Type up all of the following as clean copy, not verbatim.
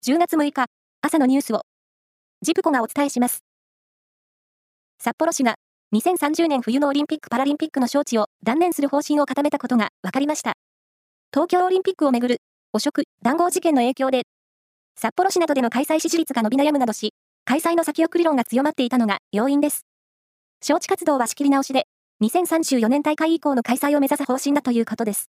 10月6日、朝のニュースを、ジプコがお伝えします。札幌市が、2030年冬のオリンピック・パラリンピックの招致を断念する方針を固めたことが分かりました。東京オリンピックをめぐる汚職・談合事件の影響で、札幌市などでの開催支持率が伸び悩むなどし、開催の先送り論が強まっていたのが要因です。招致活動は仕切り直しで、2034年大会以降の開催を目指す方針だということです。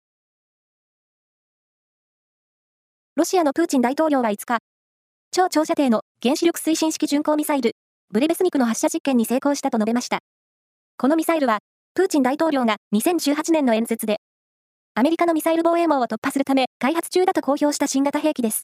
ロシアのプーチン大統領は5日、超長射程の原子力推進式巡航ミサイル、ブレベスニクの発射実験に成功したと述べました。このミサイルは、プーチン大統領が2018年の演説で、アメリカのミサイル防衛網を突破するため開発中だと公表した新型兵器です。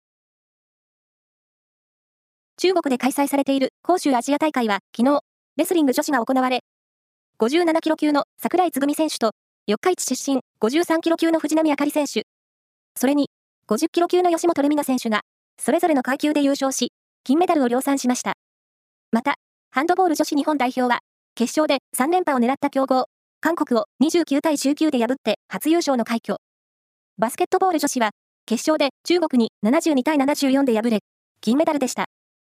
中国で開催されている杭州アジア大会は昨日、レスリング女子が行われ、57キロ級の櫻井つぐみ選手と、四日市出身53キロ級の藤波朱理選手、それに50キロ級の吉本ルミナ選手が、それぞれの階級で優勝し、金メダルを量産しました。また、ハンドボール女子日本代表は、決勝で3連覇を狙った強豪、韓国を29対19で破って初優勝の快挙。バスケットボール女子は、決勝で中国に72対74で敗れ、銀メダルでした。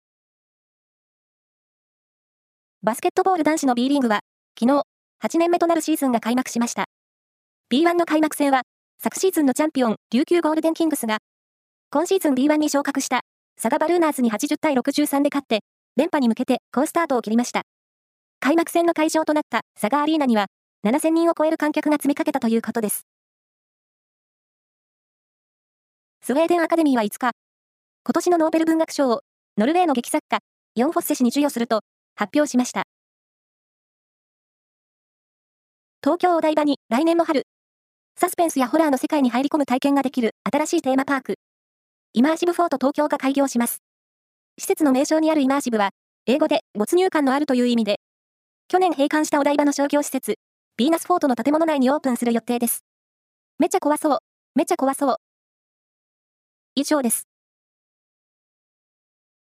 バスケットボール男子の B リーグは、昨日、8年目となるシーズンが開幕しました。B1 の開幕戦は、昨シーズンのチャンピオン、琉球ゴールデンキングスが、今シーズン B1 に昇格した佐賀バルーナーズに80対63で勝って、連覇に向けて好スタートを切りました。開幕戦の会場となった佐賀アリーナには、7000人を超える観客が詰めかけたということです。スウェーデンアカデミーは5日、今年のノーベル文学賞を、ノルウェーの劇作家、ヨン・フォッセ氏に授与すると、発表しました。東京お台場に来年の春、サスペンスやホラーの世界に入り込む体験ができる新しいテーマパーク、イマーシブフォート東京が開業します。施設の名称にあるイマーシブは、英語で没入感のあるという意味で、去年閉館したお台場の商業施設、ヴィーナスフォートの建物内にオープンする予定です。めちゃ怖そう。めちゃ怖そう。以上です。